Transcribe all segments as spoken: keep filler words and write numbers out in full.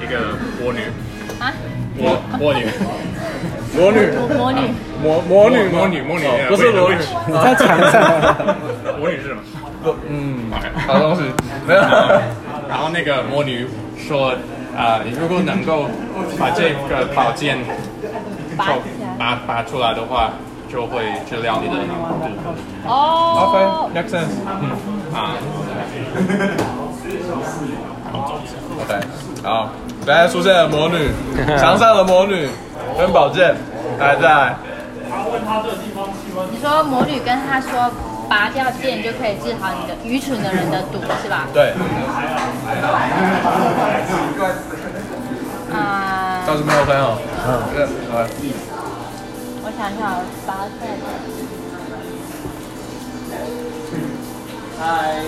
一个魔女啊？ 魔魔女， 魔女， 魔女， 魔魔女， 魔女，魔女， 不是魔女， 你在场上。 魔女是吗？ 嗯，好东西没有。 然后那个魔女说，呃，你如果能够把这个宝剑抽拔拔出来的话，就会治疗你的毒。 哦 ，OK，make sense。嗯啊。 OK， 好，现在出现了魔女，墙上的魔女跟宝剑，来再来。 你说魔女跟他说拔掉剑就可以治好你的愚蠢的人的毒是吧？ 对。 啊。 倒是没有分哦。嗯。好。 我想一下，拔出来。 嗨。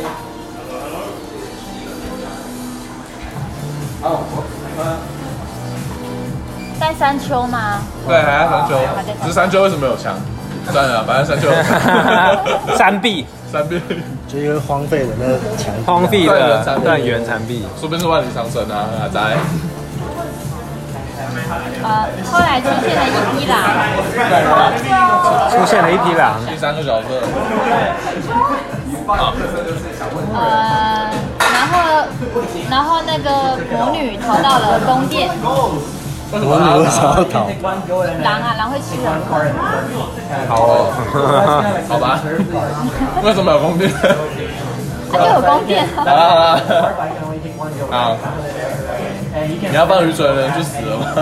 哦，嗯。 在山丘吗？ 对，还在山丘。只是山丘为什么有墙？算了，反正山丘。 山壁。 山壁。 就因为荒废的那个墙。 荒废的断垣残壁。 说不定是万里长城啊，阿仔。 呃，后来出现了一匹狼。 出现了一匹狼。 第三个角色。 呃，然后，然后那个魔女逃到了宫殿。 魔女为什么要逃？ 狼啊，狼会吃人。 好哦，好吧。为什么有宫殿？ 它就有宫殿啊。 好了好了。好。你要帮愚蠢的人去死了吗？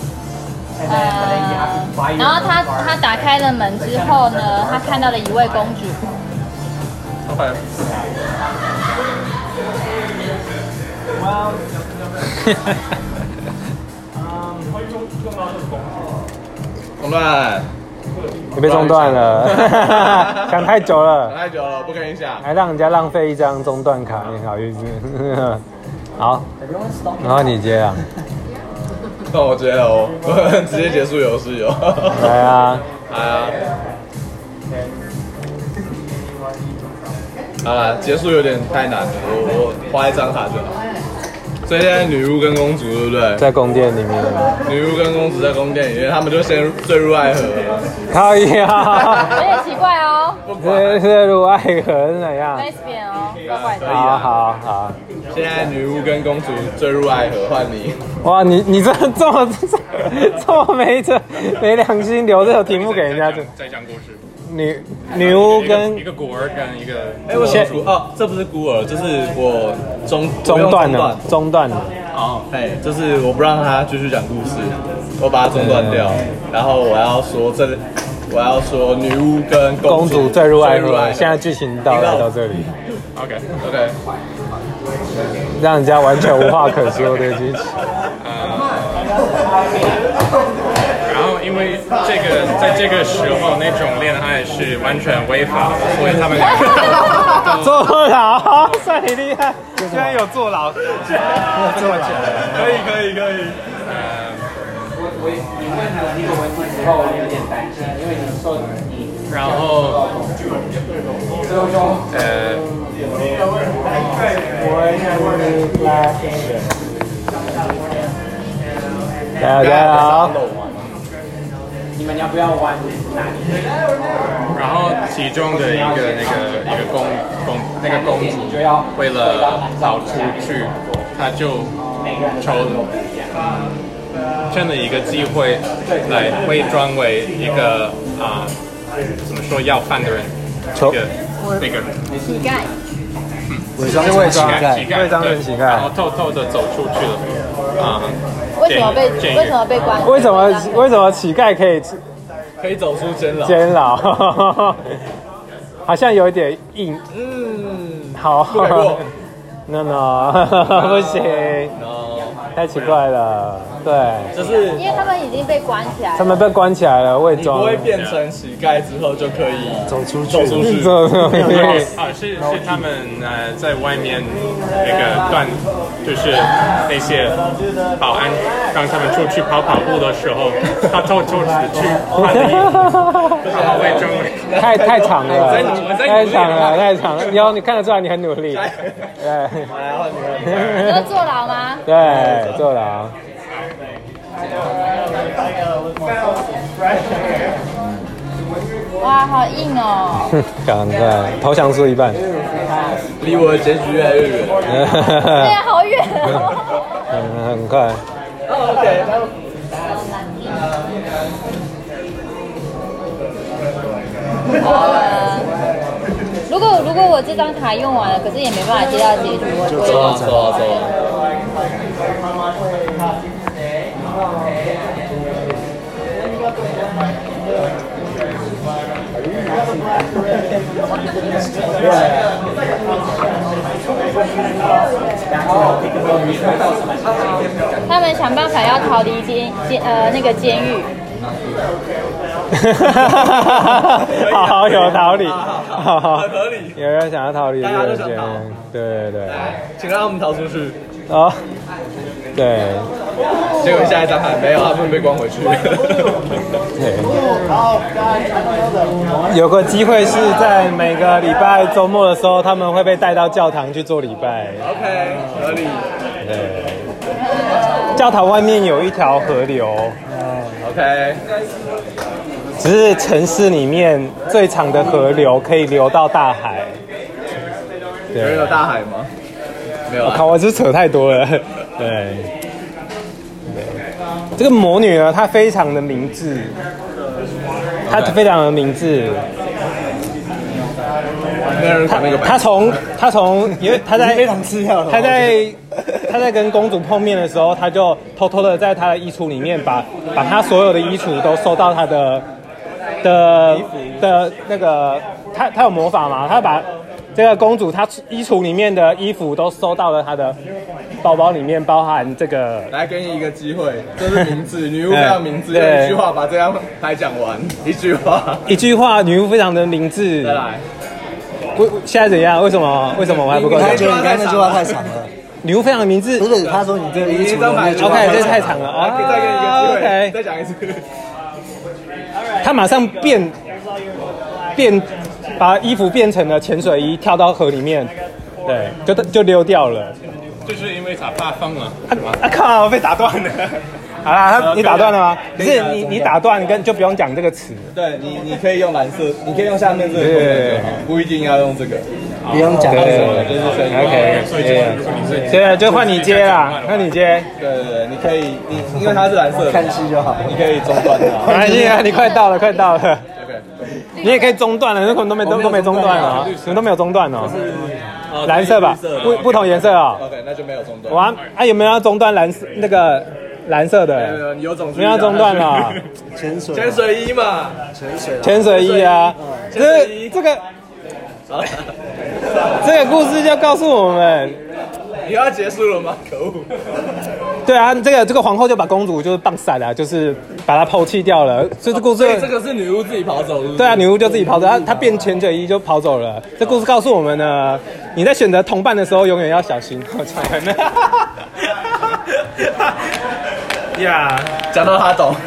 呃，然后他他打开了门之后呢，他看到了一位公主。 OK。中断。 你被中断了，想太久了。 想太久了，不可以想。 还让人家浪费一张中断卡，你好意思？好，然后你接啊。 那我接了哦，直接结束游戏哦。 来啊， 来啊。好了，结束有点太难了，我我花一张卡就好。所以现在女巫跟公主对不对？ 在宫殿里面。 女巫跟公主在宫殿里面，他们就先坠入爱河了。 可以啊。 有点奇怪哦。 坠入爱河是怎样 ？Lesbian 哦，怪怪的。 好好好。 现在女巫跟公主坠入爱河，换你。 哇，你你这这么这么没这没良心，留这个题目给人家， 再讲故事。 女女巫跟一个孤儿跟一个， 哎，我先哦，这不是孤儿，就是我中中断了，中断了。 哦，哎，就是我不让他继续讲故事，我把它中断掉，然后我要说这，我要说女巫跟公主坠入爱河，现在剧情到来到这里。 OK OK， 让人家完全无话可说的剧情。 然后，因为这个在这个时候那种恋爱是完全违法的，所以他们两个坐牢，算你厉害，居然有坐牢，坐牢， 可以可以可以。 呃， 我你问了那个问题之后，我有点担心，因为你说你， 然后，呃， 大家好。 你们要不要玩哪里？ 然后其中的一个那个一个公公那个公主为了逃出去，她就抽趁了一个机会来伪装为一个啊、呃、怎么说要饭的人，一个那个乞丐， 伪装伪装乞丐， 伪装成乞丐， 然后偷偷的走出去了啊。 为什么被为什么被关？ 为什么为什么乞丐可以可以走出监牢？ 监牢，好像有一点硬。 嗯， 好不改过。 no no 不行 no 太奇怪了。对， 就是因为他们已经被关起来了。 他们被关起来了，伪你装。 不会变成乞丐之后就可以走出去， 走出去。 走出去。 啊，是是他们呃在外面那个断，就是那些保安让他们出去跑跑步的时候，他偷偷的去换了衣服，然后伪装为太太长了， 我在努我在努力太长了，太长了。有你看得出来你很努力。对， 来换你你要坐牢吗？ 对，坐牢。 哇，好硬哦！ 赶快投降输一半。 离我的结局越来越远。 对啊，好远哦。 嗯，很快。 OK。 呃，如果如果我这张卡用完了，可是也没办法接到结局，我就走啊走啊走啊！ 他们想办法要逃离监监呃那个监狱。 好好有道理，好好很合理。 有人想要逃离这个监狱，对对对。 请让他们逃出去。 哦，对。 结果下一张还没有，他们被关回去。 对。有个机会是在每个礼拜周末的时候，他们会被带到教堂去做礼拜。 OK， 合理。 对。教堂外面有一条河流。 OK。 只是城市里面最长的河流可以流到大海。 有人有大海吗？没有。 我靠，我这扯太多了。对。对。这个魔女呢，她非常的明智，她非常的明智。她她从她从，因为她在非常吃药， 她在她在跟公主碰面的时候，她就偷偷的在她的衣橱里面把把她所有的衣橱都收到她的的的那个，她她有魔法嘛？她把这个公主她衣橱里面的衣服都收到了她的包包里面，包含这个。 来给你一个机会，这是名字，女巫非常明智，用一句话把这张牌讲完，一句话。 一句话，女巫非常的明智。 再来。 为现在怎样？为什么？为什么我还不够？ 他觉得你刚才那句话太长了。 女巫非常的明智。 不是，他说你这个衣橱。 OK， 这太长了。 啊，再给你一个机会。 OK， 再讲一次。 他马上变变，把衣服变成了潜水衣，跳到河里面，对，就就溜掉了。 就是因为打怕疯了。 啊啊靠！被打断了。好啦，他你打断了吗？不是你你打断跟就不用讲这个词。 对你你可以用蓝色，你可以用下面这个功能就好，不一定要用这个。 不用讲这个， 就是声音。 OK， 所以就如果你是对，就换你接啦，换你接。 对对对，你可以你因为它是蓝色的， 看戏就好。 你可以中断它。 没关系啊，你快到了，快到了。 OK， 你也可以中断了，那可能都没都都没中断哦，你们都没有中断哦。蓝色吧，不不同颜色哦。 OK， 那就没有中断。 哇，啊有没有要中断蓝色那个蓝色的？ 没有没有，你有种没有要中断了。 潜水。 潜水衣嘛， 潜水。 潜水衣啊，这这个这个故事就告诉我们， 你要结束了吗？可恶！ 对啊，这个这个皇后就把公主就是棒散了，就是把她抛弃掉了。所以这故事， 这个是女巫自己跑走， 对啊，女巫就自己跑走，她她变潜水衣就跑走了。这故事告诉我们呢，你在选择同伴的时候，永远要小心。我操！ 呀，讲到他懂。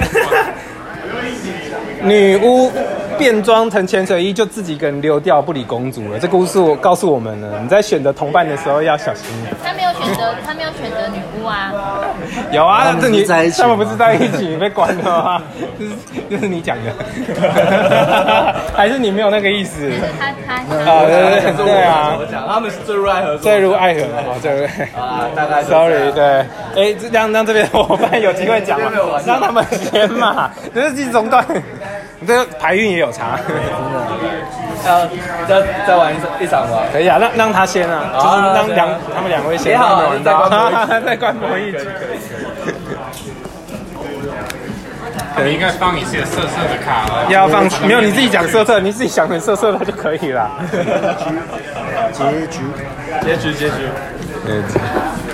女巫变装成潜水衣就自己一个人溜掉，不理公主了。这故事我告诉我们了，你在选择同伴的时候要小心。 他没有选择，他没有选择女巫啊。 有啊，这你在一起， 他们不是在一起，你被关了吗？这是这是你讲的，还是你没有那个意思？ 他他啊，对对对对啊， 我讲他们是坠入爱河， 坠入爱河哦，坠入啊，大概 sorry， 对，哎，让让这边伙伴有机会讲嘛，让他们先嘛，这是第中段。这个牌运也有差， 要再再玩一一场吧。 可以啊，让让他先啊，就是让两他们两位先， 也好，再观摩一局，再观摩一局。 可能应该放一些色色的卡了。 要放没有？你自己讲色色，你自己想成色色的就可以了。 结局， 结局，结局。 结局。